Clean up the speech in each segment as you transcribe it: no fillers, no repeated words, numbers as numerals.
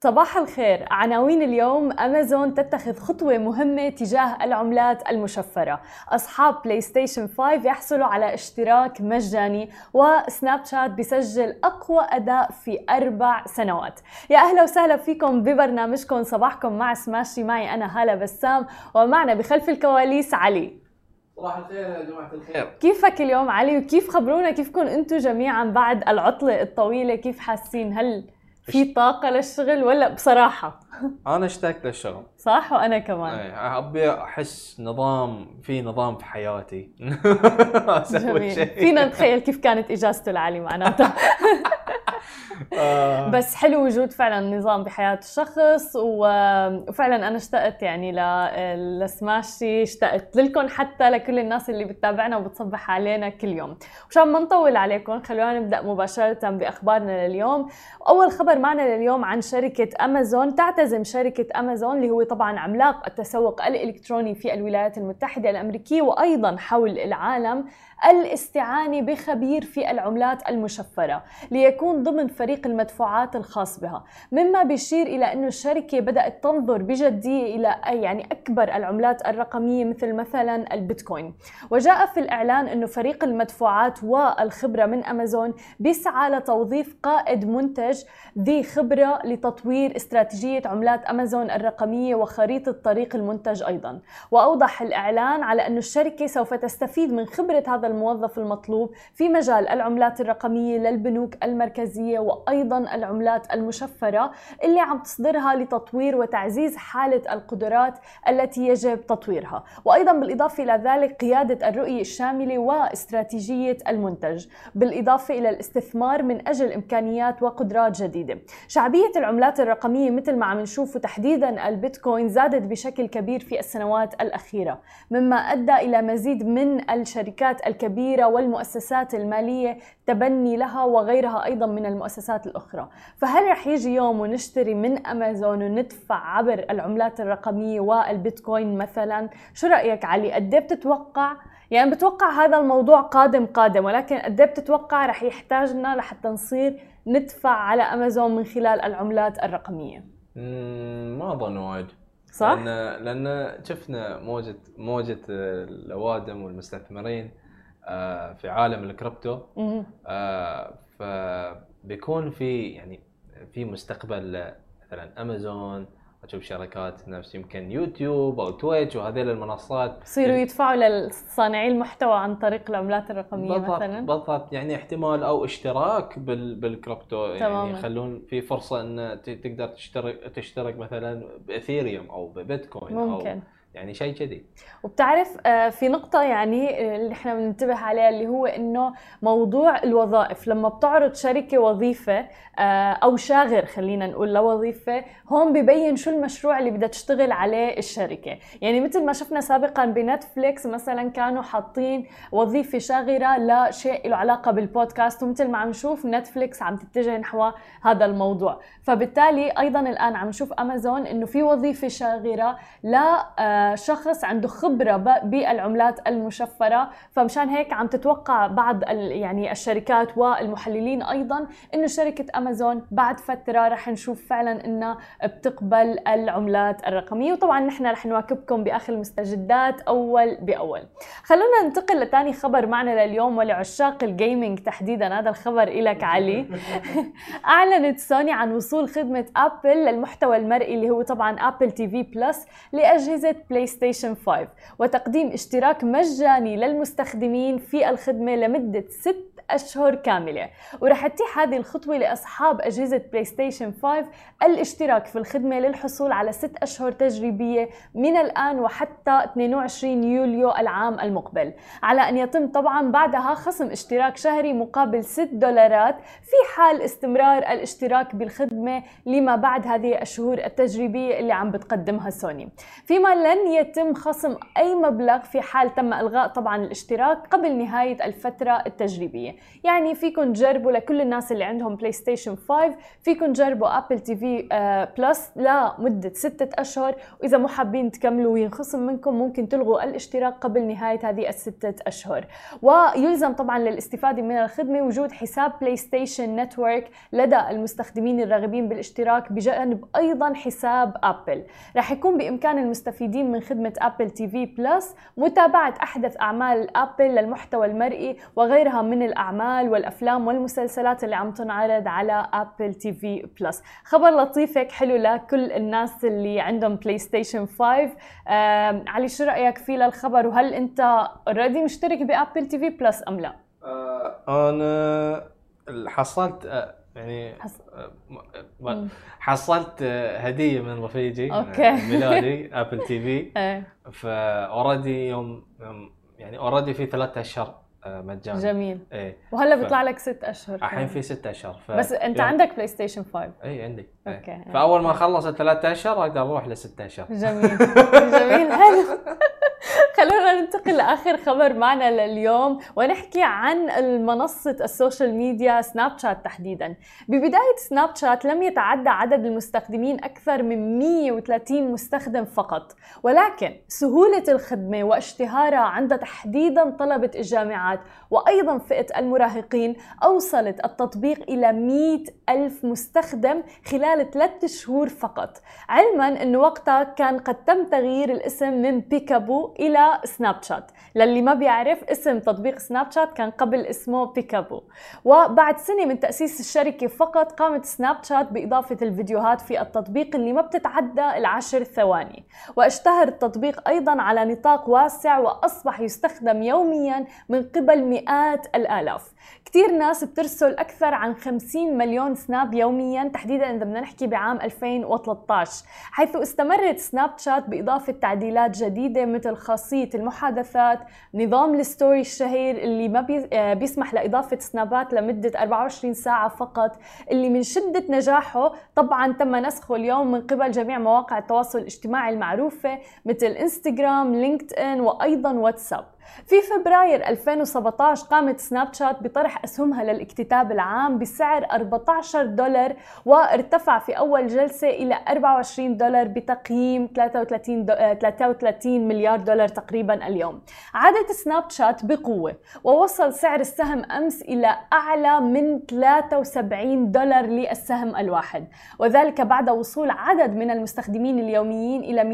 صباح الخير. عناوين اليوم: أمازون تتخذ خطوة مهمة تجاه العملات المشفرة، أصحاب بلاي ستيشن 5 يحصلوا على اشتراك مجاني، وسناب شات بيسجل أقوى أداء في 4 سنوات. يا أهلا وسهلا فيكم ببرنامجكم صباحكم مع سماشي. معي أنا هالة بسام، ومعنا بخلف الكواليس علي. صباح الخير يا جماعة الخير. كيفك اليوم علي؟ وكيف خبرونا كيفكم أنتم جميعا بعد العطلة الطويلة؟ كيف حاسين؟ هل في طاقة للشغل ولا بصراحة؟ أنا اشتقت للشغل صح، وأنا كمان. أبي أحس في نظام في حياتي. أسوي جميل. شيء. فينا نتخيل كيف كانت إجازته العالي معناتها. بس حلو وجود فعلا نظام بحياة الشخص، وفعلا أنا اشتقت يعني لسماشي، اشتقت لكم حتى لكل الناس اللي بتتابعنا وبتصبح علينا كل يوم. وشان ما نطول عليكم خلونا نبدأ مباشرة بأخبارنا لليوم. أول خبر معنا لليوم عن شركة أمازون. تعتزم شركة أمازون اللي هو طبعا عملاق التسوق الإلكتروني في الولايات المتحدة الأمريكية وأيضا حول العالم الاستعانة بخبير في العملات المشفرة ليكون ضمن فريق المدفوعات الخاص بها، مما بيشير إلى أن الشركة بدأت تنظر بجدية إلى يعني أكبر العملات الرقمية مثلا البيتكوين. وجاء في الإعلان أنه فريق المدفوعات والخبرة من أمازون بيسعى لتوظيف قائد منتج ذي خبرة لتطوير استراتيجية عملات أمازون الرقمية وخريطة طريق المنتج أيضا. وأوضح الإعلان على أن الشركة سوف تستفيد من خبرة هذا الموظف المطلوب في مجال العملات الرقمية للبنوك المركزية وأيضا العملات المشفرة اللي عم تصدرها لتطوير وتعزيز حالة القدرات التي يجب تطويرها، وأيضا بالإضافة إلى ذلك قيادة الرؤية الشاملة واستراتيجية المنتج، بالإضافة إلى الاستثمار من أجل إمكانيات وقدرات جديدة. شعبية العملات الرقمية مثل ما عم نشوف تحديدا البيتكوين زادت بشكل كبير في السنوات الأخيرة، مما أدى إلى مزيد من الشركات الكبيرة والمؤسسات المالية تبني لها وغيرها أيضا من المؤسسات الأخرى. فهل رح يجي يوم ونشتري من أمازون وندفع عبر العملات الرقمية والبيتكوين مثلا؟ شو رأيك علي؟ قد ايه بتتوقع؟ يعني بتوقع هذا الموضوع قادم، ولكن قد ايه بتتوقع رح يحتاجنا لحتى نصير ندفع على أمازون من خلال العملات الرقمية؟ ما أظن وايد، صح؟ لأن شفنا موجة الأوادم والمستثمرين في عالم الكريبتو. فبيكون في مستقبل مثلا أمازون، أشوف شركات نفس يمكن يوتيوب أو تويتش وهذه المنصات يصيروا يدفعوا للصانعي المحتوى عن طريق العملات الرقمية مثلا. بالضبط، يعني احتمال أو اشتراك بالكريبتو، يعني يخلون في فرصة أن تقدر تشترك مثلا بإثيريوم أو ببيتكوين ممكن. أو يعني شيء كذي. وبتعرف في نقطة يعني اللي احنا بننتبه عليها اللي هو انه موضوع الوظائف. لما بتعرض شركة وظيفة او شاغر خلينا نقول لوظيفة، هون ببين شو المشروع اللي بدها تشتغل عليه الشركة. يعني مثل ما شفنا سابقا بنتفليكس مثلا كانوا حاطين وظيفة شاغرة لشيء له علاقة بالبودكاست، ومثل ما عم نشوف نتفليكس عم تتجه نحو هذا الموضوع. فبالتالي ايضا الان عم نشوف امازون انه في وظيفة شاغرة شخص عنده خبرة بالعملات المشفرة. فمشان هيك عم تتوقع بعض يعني الشركات والمحللين أيضا إنه شركة أمازون بعد فترة رح نشوف فعلا إنها بتقبل العملات الرقمية. وطبعا نحن رح نواكبكم بآخر المستجدات أول بأول. خلونا ننتقل لتاني خبر معنا لليوم ولعشاق الجيمينج تحديدا. هذا الخبر إلك علي. أعلنت سوني عن وصول خدمة أبل للمحتوى المرئي اللي هو طبعا أبل تي في بلس لأجهزة بلاي ستيشن 5، وتقديم اشتراك مجاني للمستخدمين في الخدمة لمدة 6 أشهر كاملة. ورح تتيح هذه الخطوة لأصحاب أجهزة بلاي ستيشن 5 الاشتراك في الخدمة للحصول على 6 أشهر تجريبية من الآن وحتى 22 يوليو العام المقبل، على أن يتم طبعا بعدها خصم اشتراك شهري مقابل $6 في حال استمرار الاشتراك بالخدمة لما بعد هذه الشهور التجريبية اللي عم بتقدمها سوني، فيما لن يتم خصم أي مبلغ في حال تم إلغاء طبعا الاشتراك قبل نهاية الفترة التجريبية. ثانية. يعني فيكن تجربوا لكل الناس اللي عندهم بلاي ستيشن 5 فيكن تجربوا ابل تي في بلس لمدة 6 أشهر، وإذا مو حابين تكملوا وينخصم منكم ممكن تلغوا الاشتراك قبل نهاية هذه ال6 أشهر. ويلزم طبعا للاستفادة من الخدمة وجود حساب بلاي ستيشن نتورك لدى المستخدمين الراغبين بالاشتراك بجانب أيضا حساب أبل. رح يكون بإمكان المستفيدين من خدمة أبل تي في بلس متابعة أحدث أعمال أبل للمحتوى المرئي وغيرها من الأعمال والأفلام والمسلسلات اللي عم تنعرض على أبل تي في بلس. خبر لطيف هيك حلو لكل الناس اللي عندهم بلاي ستيشن 5. علي شو رأيك فيه للخبر، وهل أنت اوريدي مشترك بأبل تي في بلس أم لا؟ أنا حصلت يعني حصلت هدية من رفيجي ميلادي أبل تي في. فأوريدي يوم يعني أوريدي في 3 أشهر مجانا. جميل. ايه وهلا بيطلع لك 6 أشهر الحين في 6 أشهر. بس انت عندك بلاي ستيشن 5؟ اي عندي. اوكي. فاول ما خلص 3 أشهر اقدر اروح ل6 أشهر. جميل. جميل حلو. خلونا ننتقل لآخر خبر معنا لليوم ونحكي عن منصة السوشيال ميديا سناب شات تحديداً. ببداية سناب شات لم يتعدى عدد المستخدمين أكثر من 130 مستخدم فقط، ولكن سهولة الخدمة واشتهارها عند تحديداً طلبة الجامعات وأيضاً فئة المراهقين أوصلت التطبيق إلى 100,000 مستخدم خلال 3 شهور فقط، علماً أنه وقتها كان قد تم تغيير الاسم من بيكابو إلى سناب شات. للي ما بيعرف اسم تطبيق سناب شات كان قبل اسمه بيكابو. وبعد سنة من تأسيس الشركة فقط قامت سناب شات بإضافة الفيديوهات في التطبيق اللي ما بتتعدى 10 ثواني، واشتهر التطبيق أيضا على نطاق واسع وأصبح يستخدم يوميا من قبل مئات الآلاف. كتير ناس بترسل أكثر عن 50 مليون سناب يوميا، تحديدا إذا بدنا نحكي بعام 2013، حيث استمرت سناب شات بإضافة تعديلات جديدة مثل خاصية المحادثات، نظام الستوري الشهير اللي ما بيسمح لإضافة سنابات لمدة 24 ساعة فقط، اللي من شدة نجاحه طبعا تم نسخه اليوم من قبل جميع مواقع التواصل الاجتماعي المعروفة مثل انستغرام، لينكد إن وأيضا واتساب. في فبراير 2017 قامت سناب شات بطرح أسهمها للاكتتاب العام بسعر $14 وارتفع في أول جلسة إلى $24 بتقييم 33 مليار دولار تقريبا اليوم. عادت سناب شات بقوة ووصل سعر السهم أمس إلى أعلى من $73 للسهم الواحد، وذلك بعد وصول عدد من المستخدمين اليوميين إلى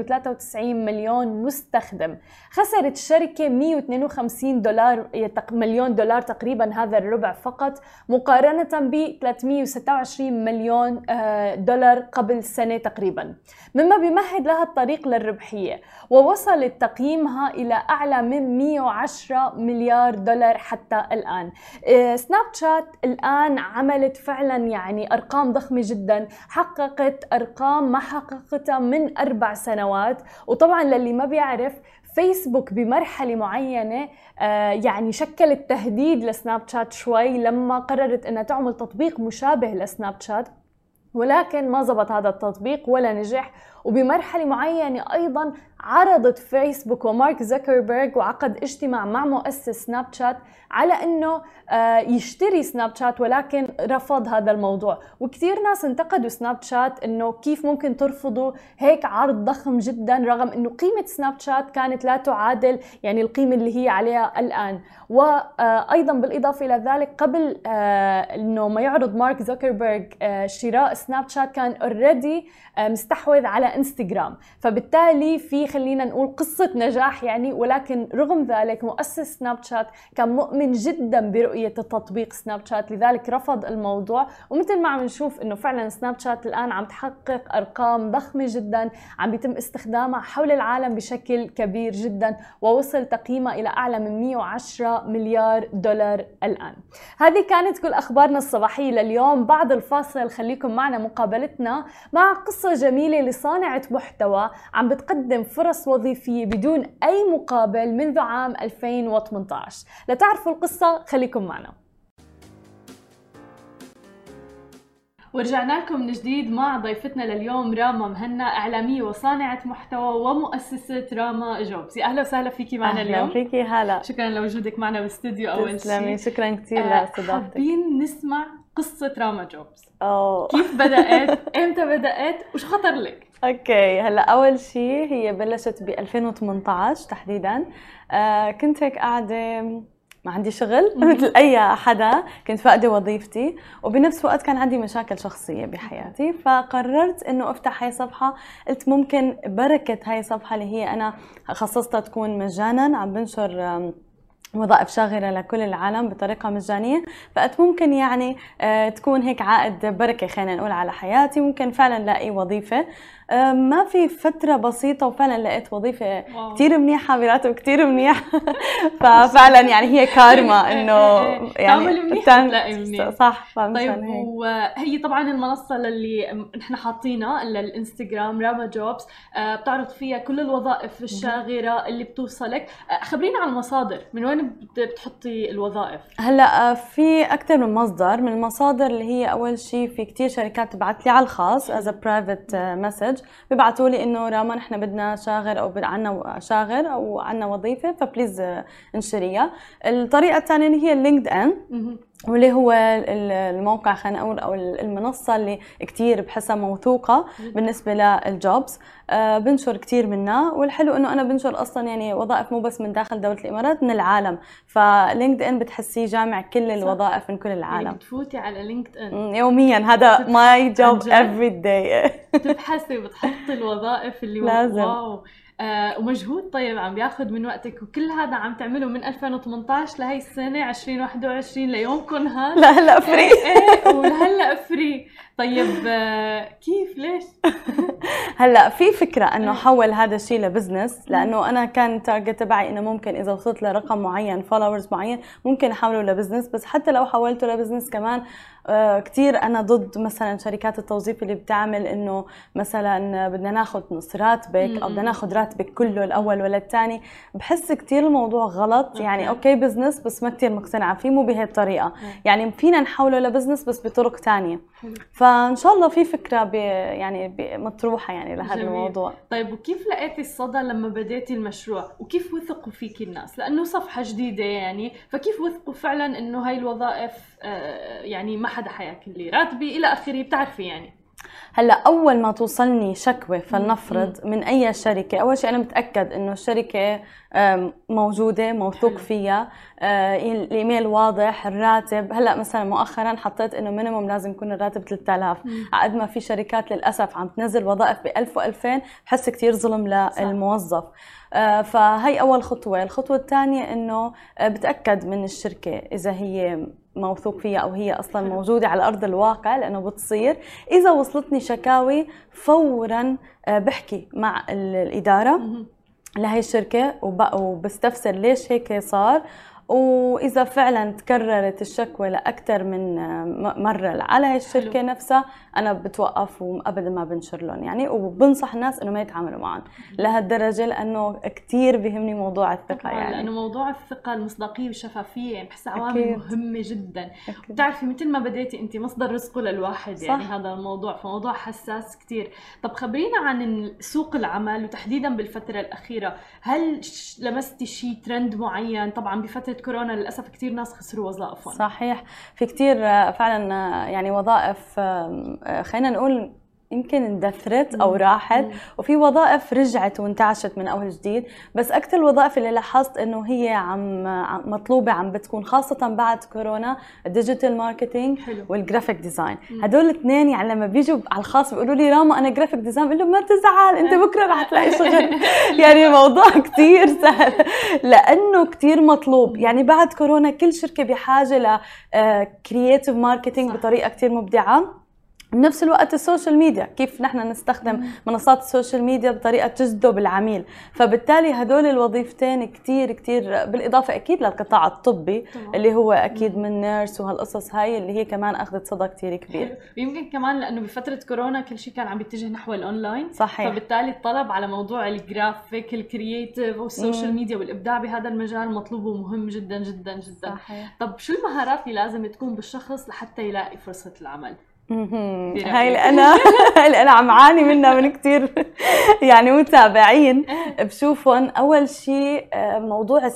293 مليون مستخدم. خسرت الشركة 152 مليون دولار تقريبا هذا الربع فقط، مقارنة ب 326 مليون دولار قبل سنة تقريبا، مما بيمهد لها الطريق للربحية، ووصل تقييمها إلى أعلى من 110 مليار دولار حتى الآن. سناب شات الآن عملت فعلا يعني أرقام ضخمة جدا، حققت أرقام ما حققتها من 4 سنوات. وطبعا للي ما بيعرف فيسبوك بمرحلة معينة يعني شكلت تهديد لسناب شات شوي لما قررت أنها تعمل تطبيق مشابه لسناب شات، ولكن ما زبط هذا التطبيق ولا نجح. وبمرحلة معينة أيضاً عرضت فيسبوك ومارك زوكربيرج وعقد اجتماع مع مؤسس سناب شات على أنه يشتري سناب شات، ولكن رفض هذا الموضوع. وكثير ناس انتقدوا سناب شات أنه كيف ممكن ترفضوا هيك عرض ضخم جداً، رغم أنه قيمة سناب شات كانت لا تعادل يعني القيمة اللي هي عليها الآن. وأيضاً بالإضافة إلى ذلك قبل أنه ما يعرض مارك زوكربيرج شراء سناب شات كان اوريدي مستحوذ على انستغرام، فبالتالي في خلينا نقول قصة نجاح يعني. ولكن رغم ذلك مؤسس سناب شات كان مؤمن جدا برؤية التطبيق سناب شات، لذلك رفض الموضوع. ومثل ما عم نشوف انه فعلا سناب شات الآن عم تحقق ارقام ضخمة جدا، عم بيتم استخدامها حول العالم بشكل كبير جدا، ووصل تقييمها الى اعلى من 110 مليار دولار الآن. هذه كانت كل اخبارنا الصباحية لليوم. بعد الفاصل خليكم معنا مقابلتنا مع قصة جميلة لصانعة محتوى عم بتقدم فرص وظيفية بدون أي مقابل منذ عام 2018. لتعرفوا القصة خليكم معنا. ورجعنا لكم من جديد مع ضيفتنا لليوم راما مهنا، إعلامية وصانعة محتوى ومؤسسة راما جوبز. أهلا وسهلا فيكي معنا اليوم. أهلا فيكي. هلا، شكرا لوجودك معنا بالاستديو. أول شيء تسلمي، شكرا كثير لاستضافتك. حابين نسمع قصة راما جوبز. كيف بدأت؟ إمتى بدأت؟ وش خطر لك؟ اوكي، هلا اول شيء هي بلشت ب 2018 تحديدا. كنت هيك قاعده ما عندي شغل مثل اي حدا، كنت فاقده وظيفتي وبنفس الوقت كان عندي مشاكل شخصيه بحياتي، فقررت انه افتح هاي صفحه. قلت ممكن بركه هاي الصفحه اللي هي انا خصصتها تكون مجانا، عم بنشر وظائف شاغرة لكل العالم بطريقة مجانية، فقلت ممكن يعني تكون هيك عائد بركة، خلينا نقول، على حياتي. ممكن فعلا لاقي وظيفة. ما في فترة بسيطة وفعلا لقيت وظيفة كتير منيحة براتب كتير منيح. ففعلا يعني هي كارما انه يعني تعمل منيح تلاقي منيح. صح. طيب، وهي طبعا المنصة اللي نحن حاطينها الانستغرام راما جوبز، بتعرض فيها كل الوظائف الشاغرة اللي بتوصلك. خبرينا عن المصادر، من وين بتحطي الوظائف؟ هلا في اكثر من مصدر. من المصادر اللي هي اول شيء في كتير شركات تبعت لي على الخاص از برايفت مسج، ببعثوا لي انه راما نحن بدنا شاغر او عنا شاغر او عنا وظيفه، فبليز انشريها. الطريقه الثانيه اللي هي اللينكد ان، واللي هو الموقع خلينا نقول او المنصه اللي كتير بحسها موثوقه بالنسبه للجوبز. بنشر كتير منها، والحلو انه انا بنشر اصلا يعني وظائف مو بس من داخل دوله الامارات، من العالم. فلينكد ان بتحسيه جامع كل الوظائف من كل العالم. يعني بتفوتي على لينكد ان يوميا، هذا ماي جوب افري داي. بتبحثي وبتحطي الوظائف اللي لازم. واو. ومجهود طيب عم بياخذ من وقتك، وكل هذا عم تعمله من 2018 لهي السنة 2021 ليومكم هذا. لا هلا فري. ولهلا فري. طيب كيف ليش؟ هلا في فكرة انه حول هذا الشيء لبزنس، لانه انا كان تارجت تبعي انه ممكن اذا وصلت لرقم معين، فولورز معين، ممكن احوله لبزنس. بس حتى لو حولته لبزنس كمان كتير انا ضد مثلا شركات التوظيف اللي بتعمل انه مثلا بدنا ناخذ نص راتبك او بدنا ناخذ راتبك كله الاول ولا الثاني. بحس كتير الموضوع غلط. يعني اوكي بزنس، بس ما كتير مقتنعه فيه، مو بهي الطريقه. يعني فينا نحوله لبزنس بس بطرق ثانيه. فان شاء الله في فكره مطروحه يعني لهذا الموضوع. طيب، وكيف لقيتي الصدى لما بديتي المشروع؟ وكيف وثقوا فيكي الناس؟ لانه صفحه جديده يعني، فكيف وثقوا فعلا انه هاي الوظائف يعني ما حدا حياكل لي راتبي الى اخره؟ بتعرفي يعني هلا اول ما توصلني شكوى فلنفرض من اي شركه، اول شيء انا متاكد انه الشركه موجوده، موثوق فيها، الايميل واضح، الراتب. هلا مثلا مؤخرا حطيت انه مينيموم لازم يكون الراتب 3000. عقد ما في شركات للاسف عم تنزل وظائف ب 1000 و2000، بحس كثير ظلم للموظف. فهي اول خطوه. الخطوه الثانيه انه بتاكد من الشركه اذا هي موثوق فيها او هي اصلا موجوده على ارض الواقع، لانه بتصير اذا وصلتني شكاوي فورا بحكي مع الاداره لهي الشركه وبستفسر ليش هيك صار. واذا فعلا تكررت الشكوى لاكثر من مره على هاي الشركه نفسها، انا بتوقف وابدا ما بنشر لهم يعني. وبنصح الناس انه ما يتعاملوا معهم لهالدرجه، لانه كثير بيهمني موضوع الثقه. يعني لانه موضوع الثقه، المصداقيه والشفافيه يعني بحس عوامل مهمه جدا. بتعرفي مثل ما بديتي انت مصدر رزقه للواحد يعني. هذا الموضوع فموضوع حساس كثير. طب خبرينا عن سوق العمل، وتحديدا بالفتره الاخيره، هل لمستي شيء ترند معين؟ طبعا بفتره كورونا للاسف كثير ناس خسروا وظائفهم. صحيح، في كثير فعلا يعني وظائف خلينا نقول يمكن اندثرت او راحت، وفي وظائف رجعت وانتعشت من اول جديد. بس اكثر الوظائف اللي لاحظت انه هي عم مطلوبه عم بتكون خاصه بعد كورونا الديجيتال ماركتينج والجرافيك ديزاين. هدول الاثنين يعني لما بيجوا على الخاص بيقولوا لي راما انا جرافيك ديزاين، بقول لهم ما تزعل انت بكره رح تلاقي شغل. يعني الموضوع كثير سهل لانه كثير مطلوب. يعني بعد كورونا كل شركه بحاجه ل كرييتيف ماركتينج بطريقه كثير مبدعه. بنفس الوقت السوشيال ميديا، كيف نحن نستخدم منصات السوشيال ميديا بطريقة تجذب العميل. فبالتالي هدول الوظيفتين كتير بالإضافة أكيد للقطاع الطبي اللي هو أكيد من نيرس وهالقصص هاي اللي هي كمان أخذت صدى كتير كبير. يمكن كمان لأنه بفترة كورونا كل شيء كان عم بيتجه نحو الأونلاين. صحيح. فبالتالي الطلب على موضوع الجرافيك الكرييتيف والسوشيال ميديا والإبداع بهذا المجال مطلوب ومهم جدا جدا جدا. صحيح. طب شو المهارات اللي لازم تكون بالشخص لحتى يلاقي فرصة العمل؟ هاي اللي انا عم عاني منها من كثير يعني متابعين بشوفهم. اول شيء موضوع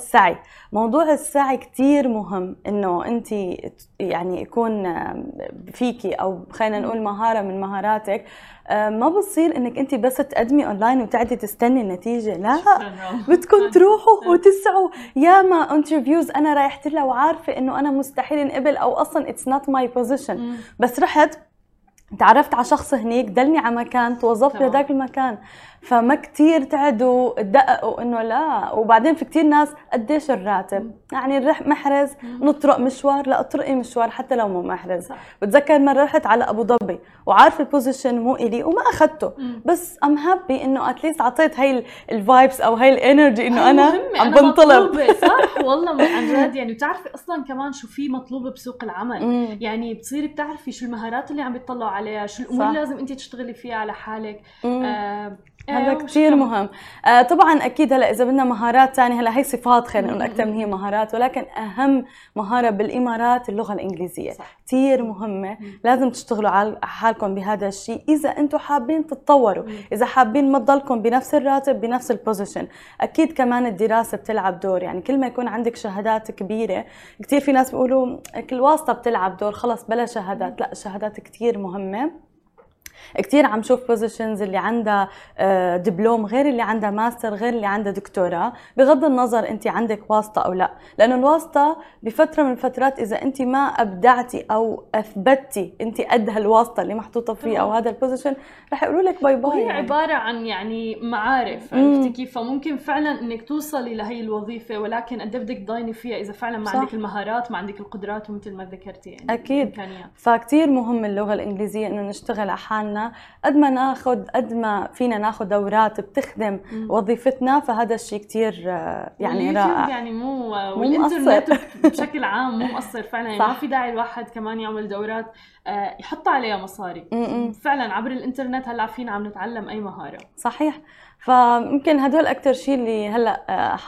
السعي كثير مهم، انه انت يعني يكون فيكي او خلينا نقول مهاره من مهاراتك. ما بصير انك انت بس تقدمي اونلاين وتقعدي تستني النتيجه، لا بدكم تروحوا وتسعوا. ياما انترفيوز انا رايحت لها وعارفه انه انا مستحيل انقبل او اصلا اتس نوت ماي بوزيشن، بس رحت تعرفت على شخص هنيك دلني على مكان توظفت بهداك المكان. فما كتير تعدوا تدققوا انه لا. وبعدين في كتير ناس قديش الراتب، يعني نروح محرز نطرق مشوار، لا اطرقي مشوار حتى لو مو محرز. بتذكر مره رحت على ابو ظبي وعارفه البوزيشن مو الي وما اخذته، بس ام هابي انه اتليست اعطيت هاي الفايبس او هاي الانرجي انه انا عم بنطلب. صح والله عن جد. يعني بتعرفي اصلا كمان شو في مطلوب بسوق العمل. يعني بتصيري بتعرفي شو المهارات اللي عم بيطلعوا عليها، شو الامور اللي لازم انت تشتغلي فيها على حالك. هذا كثير مهم. طبعا اكيد هلا اذا بدنا مهارات ثانيه، هلا هي صفات خلينا نقول اكثر من هي مهارات، ولكن اهم مهاره بالامارات اللغه الانجليزيه كثير مهمه. لازم تشتغلوا على حالكم بهذا الشيء اذا انتم حابين تتطوروا، اذا حابين ما تضلكم بنفس الراتب بنفس البوزيشن. اكيد كمان الدراسه بتلعب دور، يعني كل ما يكون عندك شهادات كبيره، كثير في ناس بيقولوا الواسطه بتلعب دور خلص بلا شهادات، لا الشهادات كثير مهمه. كثير عم شوف بوزيشنز اللي عندها دبلوم غير اللي عندها ماستر غير اللي عندها دكتوراه، بغض النظر انت عندك واسطه او لا، لانه الواسطه بفتره من الفترات اذا انت ما ابدعتي او اثبتي انت قد هالواسطه اللي محطوطه فيه او هذا البوزيشن، رح يقولوا لك باي باي. وهي عباره عن يعني معارف، عرفتي كيف؟ فممكن فعلا انك توصلي لهي الوظيفه، ولكن قد بدك تضايني فيها اذا فعلا ما عندك المهارات، ما عندك القدرات، ومثل ما ذكرتي يعني اكيد. فكتير مهم اللغه الانجليزيه انه نشتغل على حالنا، قد ما فينا ناخذ دورات بتخدم وظيفتنا، فهذا الشيء كتير يعني رائع. يعني مو والانترنت بشكل عام مو مقصر فعلا. يعني ما في داعي الواحد كمان يعمل دورات يحط عليها مصاري. فعلا عبر الانترنت هلا فينا عم نتعلم اي مهاره. صحيح. فيمكن هدول اكثر شيء اللي هلا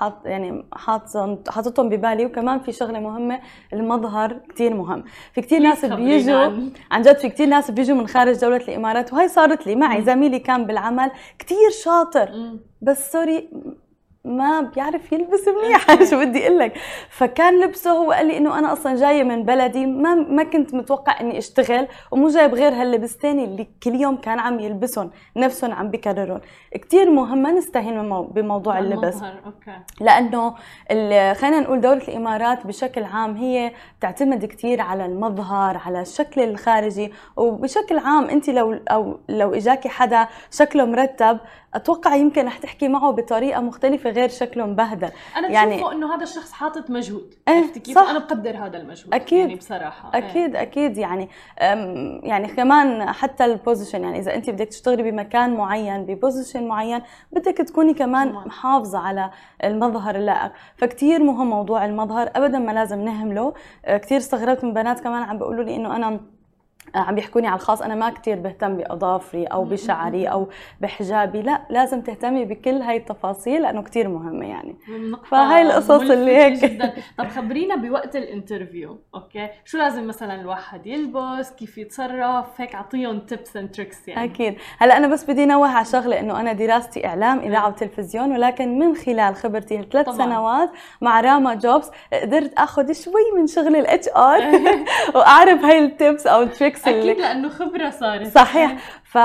حاططهم ببالي. وكمان في شغله مهمه، المظهر كثير مهم. في كثير ناس بيجوا عن جد، في كثير ناس بيجوا من خارج دوله الامارات، وهي صارت لي معي. زميلي كان بالعمل كثير شاطر بس سوري ما بيعرف يلبس منيح. شو بدي اقول لك؟ فكان لبسه، هو قال لي انه انا اصلا جايه من بلدي، ما كنت متوقع اني اشتغل ومو جايب غير هاللبستين اللي كل يوم كان عم يلبسهم، نفسهم عم بكررهم. كثير مهم ما نستهين بموضوع اللبس. لانه خلينا نقول دوله الامارات بشكل عام هي تعتمد كثير على المظهر، على الشكل الخارجي. وبشكل عام انت لو اجاكي حدا شكله مرتب، اتوقع يمكن رح تحكي معه بطريقه مختلفه غير شكله مبهدل. انا يعني بشوفه انه هذا الشخص حاطط مجهود. عرفتي كيف؟ انا بقدر هذا المجهود. أكيد. يعني بصراحه اكيد يعني كمان حتى البوزيشن، يعني اذا انت بدك تشتغلي بمكان معين ببوزيشن معين، بدك تكوني كمان محافظه على المظهر اللائق. فكتير مهم موضوع المظهر، ابدا ما لازم نهمله. كتير استغربت من بنات كمان عم بيقولوا لي انه انا عم بيحكوني على الخاص، انا ما كتير بهتم باظافري او بشعري او بحجابي. لا، لازم تهتمي بكل هاي التفاصيل لانه كتير مهمه. يعني فهاي القصص اللي هيك جدا. طب خبرينا بوقت الانترفيو، اوكي، شو لازم مثلا الواحد يلبس، كيف يتصرف، هيك اعطيهم تيبس اند تريكس. يعني اكيد. هلا انا بس بدي نوه على شغله، انه انا دراستي اعلام اذاعه وتلفزيون، ولكن من خلال خبرتي 3 سنوات مع راما جوبز قدرت اخذ شوي من شغل الاتش ار واعرف هاي التيبس او التريكس. اكيد لانه خبره صارت. صحيح. ف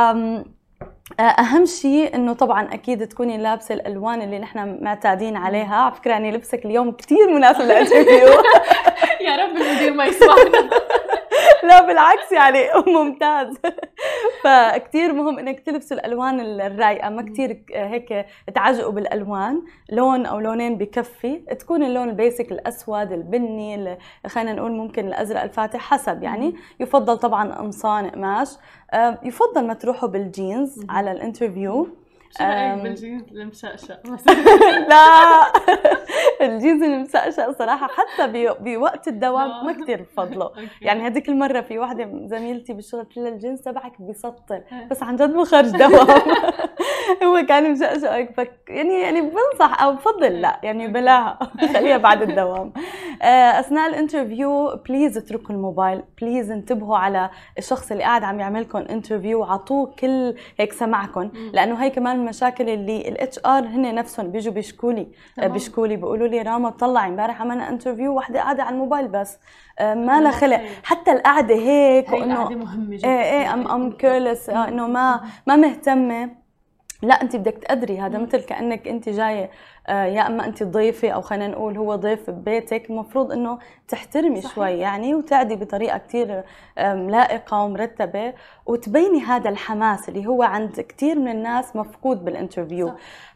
اهم شيء انه طبعا اكيد تكوني لابسه الالوان اللي نحن معتادين عليها. على فكره يعني لبسك اليوم كثير مناسب للانترفيو. يا رب المدير ما يسمعنا. لا بالعكس يعني ممتاز. فكتير مهم انك تلبسوا الالوان الرايقه، ما كتير هيك تعجقوا بالالوان. لون او لونين بكفي. تكون اللون البيسك الاسود، البني، خلينا نقول ممكن الازرق الفاتح حسب. يعني يفضل طبعا قمصان قماش. يفضل ما تروحوا بالجينز على الانترفيو. شو رايك بالجينز المشقشق؟ لا الجينز المسقشق صراحه حتى بوقت الدوام ما كثير بفضله. يعني هذيك المره في وحده زميلتي بالشغل قلت لها الجينز تبعك بيسطر، بس عن جد مو خرج دوام. هو كان مشقشق. يعني بنصح او بفضل لا يعني بلاها خليها بعد الدوام. اثناء الانترفيو بليز اتركوا الموبايل، بليز انتبهوا على الشخص اللي قاعد عم يعملكم انترفيو وعطوه كل هيك سمعكم، لانه هي كمان المشاكل اللي الاتش ار هن نفسهم بيجوا بيشكوا لي بيقولوا لي راما طلعي امبارح عملنا انترفيو وحده قاعده على الموبايل بس ما لها خلق، حتى القعده هيك وانه مهمه جدا. ايه ام كيرلس انه ما مهتمه. لا انت بدك تقدري هذا مثل كانك انت جايه يا اما انت ضيفه او خلينا نقول هو ضيف ببيتك، المفروض انه تحترمي صحيح. شوي يعني وتعدي بطريقه كثير لائقه ومرتبه وتبيني هذا الحماس اللي هو عند كثير من الناس مفقود بالانترفيو.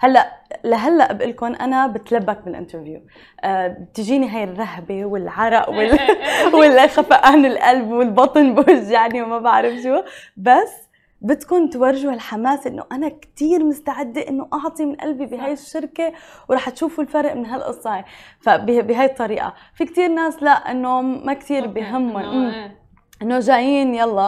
هلا بقول لكم انا بتلبك بالانترفيو، بتجيني هاي الرهبه والعرق والخفقان القلب والبطن بوجعني وما بعرف شو، بس بدكم تورجوا الحماس انه انا كثير مستعده انه اعطي من قلبي بهاي الشركه ورح تشوفوا الفرق من هالقصه هاي. فبهاي الطريقه في كثير ناس لا انه ما كثير بهمهم انه جايين يلا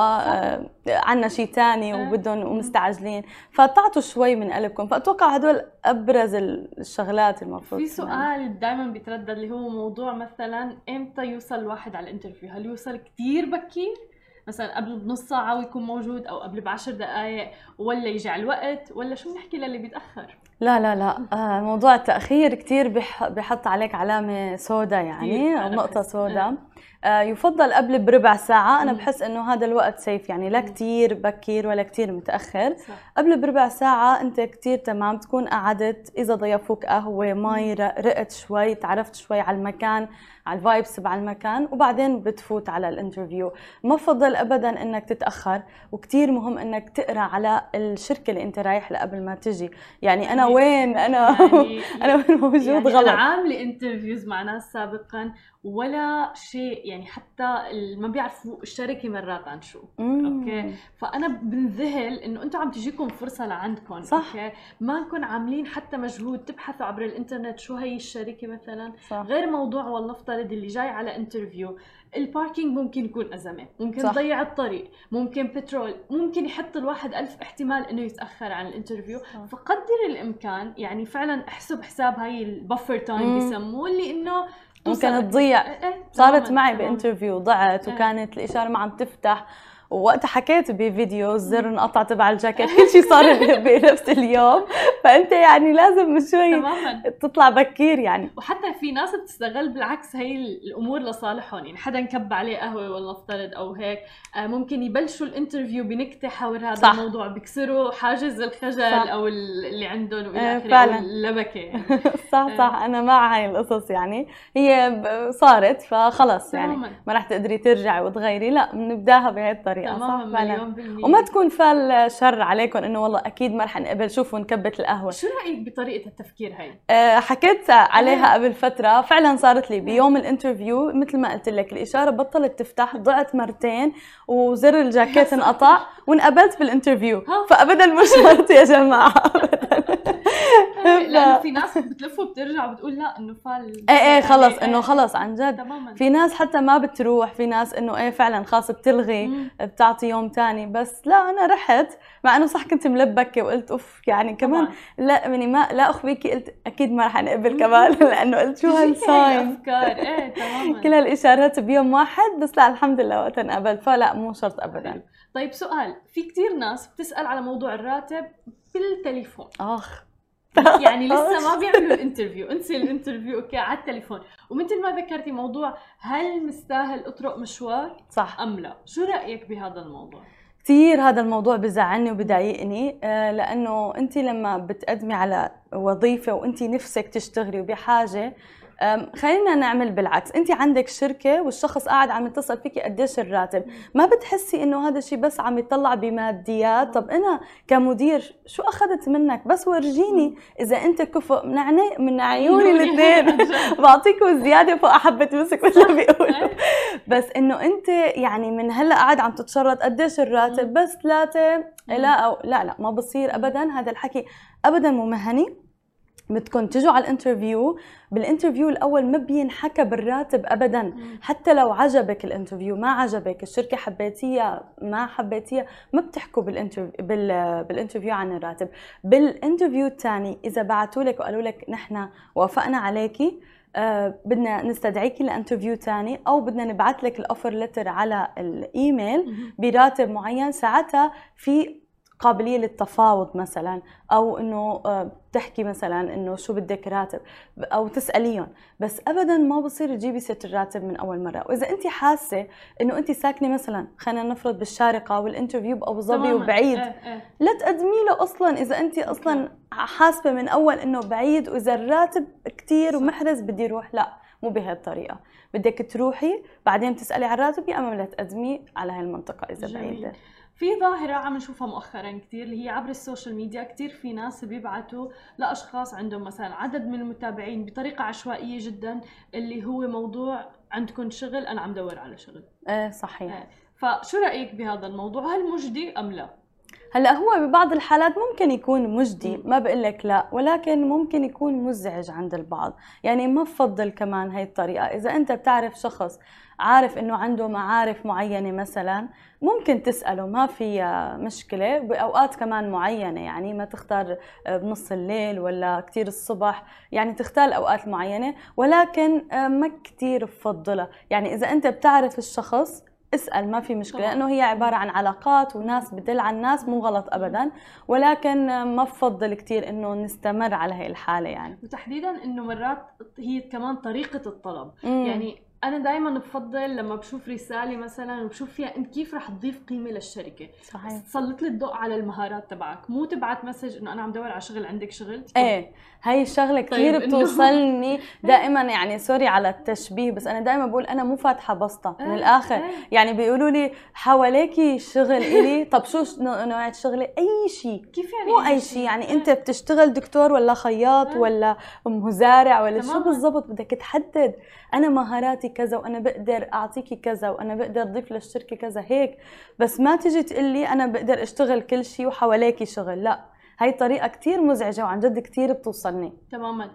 عنا شيء ثاني وبدهم ومستعجلين، فتعطوا شوي من قلبكم. فاتوقع هدول ابرز الشغلات المفروض. في سؤال دائما بيتردد اللي هو موضوع مثلا امتى يوصل الواحد على الانترفيو؟ هل يوصل كثير بكير مثلا قبل بنص ساعة ويكون موجود أو قبل ب10 دقائق، ولا يجي على الوقت، ولا شو بنحكي للي بيتأخر؟ لا موضوع التأخير كتير بحط عليك علامة سوداء يعني أو نقطة سوداء. يفضل قبل بربع ساعة. أنا بحس إنه هذا الوقت سيف يعني، لا كتير بكير ولا كتير متأخر. صح. قبل بربع ساعة أنت كتير تمام، تكون قعدت إذا ضيفوك قهوة مي رقت شوي، تعرفت شوي على المكان، على الفايبس تبع المكان، وبعدين بتفوت على الانترفيو. ما بفضل ابدا انك تتاخر، وكتير مهم انك تقرا على الشركه اللي انت رايح لها قبل ما تجي. يعني انا وين انا انا وين موجود يعني غلط. انا عامله انترفيوز مع ناس سابقا ولا شيء يعني، حتى ما بيعرفوا الشركه مرات عن شو. اوكي، فانا بنذهل انه انتم عم تجيكم فرصه لعندكم. صح. اوكي، ما نكون عاملين حتى مجهود تبحثوا عبر الانترنت شو هي الشركه مثلا. صح. غير موضوع والله افترض اللي جاي على انترفيو الباركينج ممكن يكون ازمه، ممكن تضيع الطريق، ممكن بترول، ممكن يحط الواحد 1000 احتمال انه يتاخر عن الانترفيو. فقدر الامكان يعني فعلا احسب حساب هاي البفر تايم بيسموه، اللي انه ممكن تضيع. صارت معي بانترفيو ضعت وكانت الاشاره ما عم تفتح، ووقتها حكيت بفيديو الزر انقطع تبع الجاكيت، كل شيء صار بنفس اليوم. فانت يعني لازم شوي تطلع بكير يعني. وحتى في ناس بتستغل بالعكس هي الامور لصالحهم، يعني حدا نكب عليه قهوه ولا نفترض او هيك، ممكن يبلشوا الانترفيو بنكته حول هذا. صح. الموضوع بيكسروا حاجز الخجل. صح. او اللي عندهم والى اخره، او اللبكه يعني. صح انا مع هاي القصص يعني، هي صارت فخلص يعني ما راح تقدري ترجعي وتغيري، لا بنبداها بهي الطريقه. صح فعلا. وما تكون فال شر عليكم انه والله اكيد ما رح نقبل، شوفوا نكبت القهوه. شو رايك بطريقه التفكير هاي؟ حكيت عليها قبل فتره، فعلا صارت لي بيوم الانترفيو مثل ما قلت لك، الاشاره بطلت تفتح، ضعت مرتين وزر الجاكيت انقطع وانقبلت بالانترفيو. فابدا مش شرط يا جماعه لانه في ناس بتلف وبترجع وبتقول لا انه فال ايه خلص انه خلص عن جد. في ناس حتى ما بتروح، في ناس انه ايه فعلا خاص بتلغي بتعطي يوم تاني. بس لا انا رحت، مع انه صح كنت ملبكه وقلت اوف يعني كمان طبعاً. لا يعني ما لا اخفيكي، قلت اكيد ما رح نقبل كمان لانه قلت شو هالساين افكار. ايه تماما كل هالاشارات بيوم واحد. بس لا الحمد لله وقتها انقبلت، فلا مو شرط ابدا. طيب سؤال، في كتير ناس بتسال على موضوع الراتب بالتليفون. يعني لسه ما بيعملوا الانترفيو، انسي الانترفيو، اوكي على التليفون. ومثل ما ذكرتي موضوع هل مستاهل اطرق مشوار صح ام لا؟ شو رايك بهذا الموضوع؟ كثير هذا الموضوع بزعلني وبضايقني، لانه انت لما بتقدمي على وظيفه وانت نفسك تشتغلي وبحاجه، خلينا نعمل بالعكس. انت عندك شركه والشخص قاعد عم يتصل فيكي قديش الراتب، ما بتحسي انه هذا الشيء بس عم يطلع بماديات؟ طب انا كمدير شو اخذت منك؟ بس ورجيني اذا انت كفؤ من عيوني الاثنين بعطيكم زياده فوق حبه مسك مثل ما بيقولوا. بس انه انت يعني من هلا قاعد عم تتشرط قديش الراتب بس 3 لا أو لا ما بصير ابدا. هذا الحكي ابدا مو مهني. بدكم تجوا على الانترفيو، بالانترفيو الاول ما بينحكى بالراتب ابدا. حتى لو عجبك الانترفيو ما عجبك، الشركه حبيتيها ما حبيتيها، ما بتحكوا بالانترفيو عن الراتب. بالانترفيو الثاني اذا بعثوا لك وقالوا لك نحن وافقنا عليكي، بدنا نستدعيكي لانترفيو ثاني، او بدنا نبعث لك الاوفر ليتر على الايميل براتب معين، ساعتها في قابليه للتفاوض مثلا، او انه تحكي مثلا انه شو بدك راتب، او تساليهم. بس ابدا ما بصير تجيبي سيره الراتب من اول مره. واذا انت حاسه انه انت ساكنه مثلا خلينا نفرض بالشارقه والانترفيو بابو ظبي وبعيد، لا تقدمي له اصلا اذا انت اصلا حاسبه من اول انه بعيد، واذا الراتب كثير ومحرز بدي اروح. لا، مو بهالطريقه، بدك تروحي بعدين تسالي على الراتب، يا اما لا تقدمي على هالمنطقه اذا بعيده. في ظاهرة عم نشوفها مؤخرا كثير اللي هي عبر السوشيال ميديا، كثير في ناس بيبعتوا لأشخاص عندهم مثلا عدد من المتابعين بطريقة عشوائية جدا، اللي هو موضوع عندكم شغل، أنا عم دور على شغل. صحيح. فشو رأيك بهذا الموضوع؟ هل مجدي أم لا؟ هلا هو ببعض الحالات ممكن يكون مجدي، ما بقول لك لا، ولكن ممكن يكون مزعج عند البعض. يعني ما بفضل كمان هاي الطريقة. إذا أنت بتعرف شخص عارف إنه عنده معارف معينة مثلا، ممكن تسأله، ما في مشكلة. بأوقات كمان معينة، يعني ما تختار بنص الليل ولا كتير الصبح، يعني تختار أوقات معينة، ولكن ما كتير بفضلها. يعني إذا أنت بتعرف الشخص اسأل، ما في مشكلة، لأنه هي عبارة عن علاقات وناس بدل عن ناس، مو غلط أبدا، ولكن ما بفضل كتير إنه نستمر على هاي الحالة يعني. وتحديدا إنه مرات هي كمان طريقة الطلب. يعني أنا دائما بفضل لما بشوف رسالة مثلا وبشوف فيها أنت كيف رح تضيف قيمة للشركة، صحيح، تسلط لي الضوء على المهارات تبعك، مو تبعت مسج إنه أنا عم دور على شغل، عندك شغل. هاي الشغلة كثير بتوصلني دائما. يعني سوري على التشبيه، بس أنا دائما بقول أنا مو فاتحة بسطة من الآخر. يعني بيقولوا لي حواليكي شغل إلي، طب شو نوع شغلي؟ أي شيء. كيف يعني؟ مو أي شيء، يعني أنت بتشتغل دكتور ولا خياط ولا مزارع ولا شو بالضبط؟ بدك تحدد أنا مهاراتي كذا، وأنا بقدر أعطيكي كذا، وأنا بقدر أضيف للشركة كذا، هيك. بس ما تيجي تقلي أنا بقدر أشتغل كل شيء وحواليكي شغل، لا. هاي طريقة كتير مزعجة وعن جد كتير بتوصلني. تماما.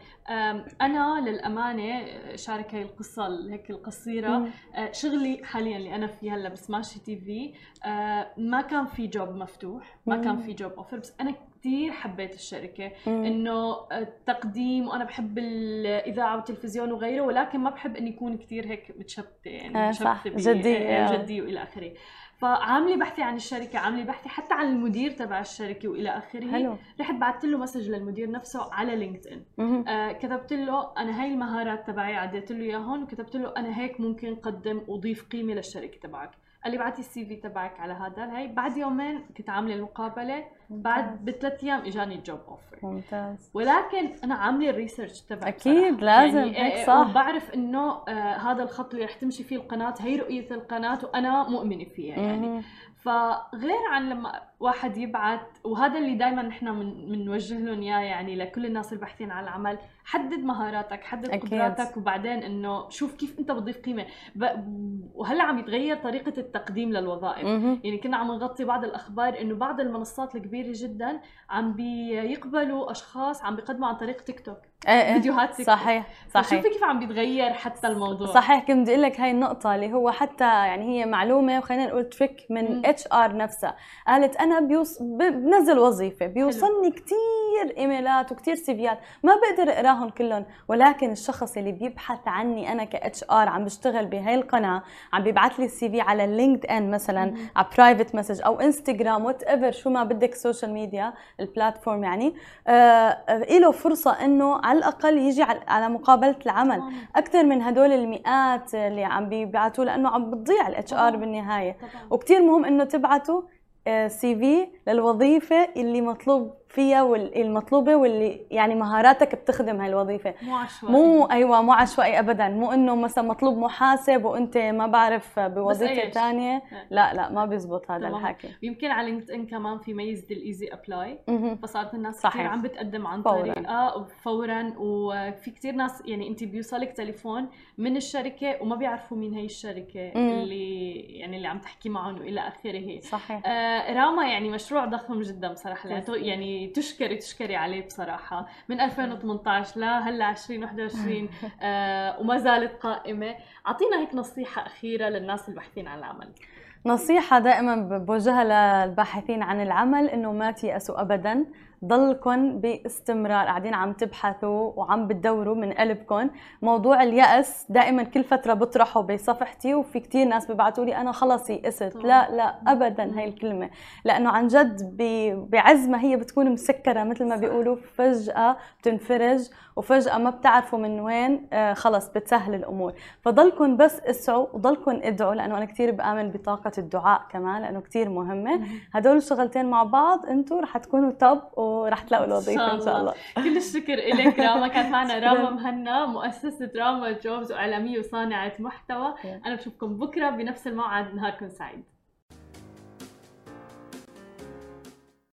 أنا للأمانة شارك هاي القصة هيك القصيرة. شغلي حاليا اللي أنا فيه هلا بسماشي تي في، ما كان في جوب مفتوح، ما كان في جوب أوفر، بس أنا كتير حبيت الشركة، إنه التقديم، وأنا بحب الإذاعة والتلفزيون وغيره، ولكن ما بحب إني يكون كتير هيك متشبتة، يعني متشبتة جدي وإلى آخره. فعاملي بحثي عن الشركة، عاملي بحثي حتى عن المدير تبع الشركة وإلى آخره. رحت بعثت له مسج للمدير نفسه على لينكد إن، كتبت له أنا هاي المهارات تبعي، عديت له إياهم، وكتبت له أنا هيك ممكن قدم وضيف قيمة للشركة تبعك. قال لي بعتي السي في تبعك على هذا. هاي بعد يومين كنت عامله المقابله، بعد ب3 ايام اجاني الجوب اوفر. ممتاز. ولكن انا عامله الريسيرش تبعي اكيد بصراحة. لازم يعني هيك صح. وبعرف انه هذا الخط اللي رح تمشي فيه القناه، هي رؤيه القناه وانا مؤمنه فيها يعني. فغير عن لما واحد يبعث، وهذا اللي دائما نحن بنوجه لهم اياه يعني لكل الناس الباحثين عن العمل، حدد مهاراتك، حدد قدراتك، وبعدين انه شوف كيف انت بتضيف قيمه. وهلا عم يتغير طريقه التقديم للوظائف. يعني كنا عم نغطي بعض الاخبار انه بعض المنصات الكبيره جدا عم بيقبلوا اشخاص عم بيقدموا عن طريق تيك توك، فيديوهات تيك توك. صحيح. شوفي كيف عم بيتغير حتى الموضوع. صحيح. كنت بدي اقول لك هاي النقطه اللي هو حتى يعني هي معلومه، وخلينا نقول تريك من HR نفسها. قالت انا بنزل وظيفه، بيوصلني كثير ايميلات وكثير سيفيات، ما بقدر اقراهم كلهم، ولكن الشخص اللي بيبحث عني انا HR عم بشتغل بهاي القناه، عم بيبعث لي السي في على لينكد ان مثلا، على برايفت مسج او انستغرام، وات ايفر شو ما بدك سوشيال ميديا البلاتفورم، يعني له فرصه انه على الاقل يجي على مقابله العمل اكثر من هدول المئات اللي عم بيبعثوا، لانه عم بتضيع HR بالنهايه. وكثير مهم انه تبعتوا سي في للوظيفه اللي مطلوب فيها والمطلوبه، واللي يعني مهاراتك بتخدم هاي الوظيفه. مو عشوائي. مو عشوائي ابدا. مو انه مثلا مطلوب محاسب وانت ما بعرف بوظيفه ثانيه. لا ما بيزبط هذا الحكي. يمكن على لينكد ان كمان في ميزه الايزي ابلاي، فصارت الناس كثير عم بتقدم عن طريقه فورا. وفي كثير ناس يعني انت بيوصلك تليفون من الشركه وما بيعرفوا مين هي الشركه اللي عم تحكي معهم والى اخره. صحيح. راما يعني مشروع ضخم جدا بصراحه، يعني تشكري عليه بصراحة من 2018 لهلا 2021 وما زالت قائمة. أعطينا هيك نصيحة أخيرة للناس الباحثين عن العمل. نصيحة دائما بوجهها للباحثين عن العمل إنه ما تيأسوا أبدا. ضلكم باستمرار قاعدين عم تبحثوا وعم بتدوروا من قلبكم. موضوع اليأس دائما كل فترة بطرحه بصفحتي، وفي كتير ناس بيبعتوا لي أنا خلص يئست. لا لا أبدا هاي الكلمة، لأنه عن جد بعز ما هي بتكون مسكرة مثل ما بيقولوا فجأة بتنفرج، وفجأة ما بتعرفوا من وين خلص بتسهل الأمور. فضلكم بس اسعوا وضلكم ادعوا، لأنه أنا كتير بآمن بطاقة الدعاء كمان لأنه كتير مهمة. هدول الشغلتين مع بعض انتوا رح تكونوا توب ورح تلاقوا الوظيفة إن شاء الله. كل الشكر لك راما. كانت معنا راما مهنا، مؤسسة راما جوبز وإعلامية وصانعة محتوى. أنا بشوفكم بكرة بنفس الموعد. نهاركم سعيد.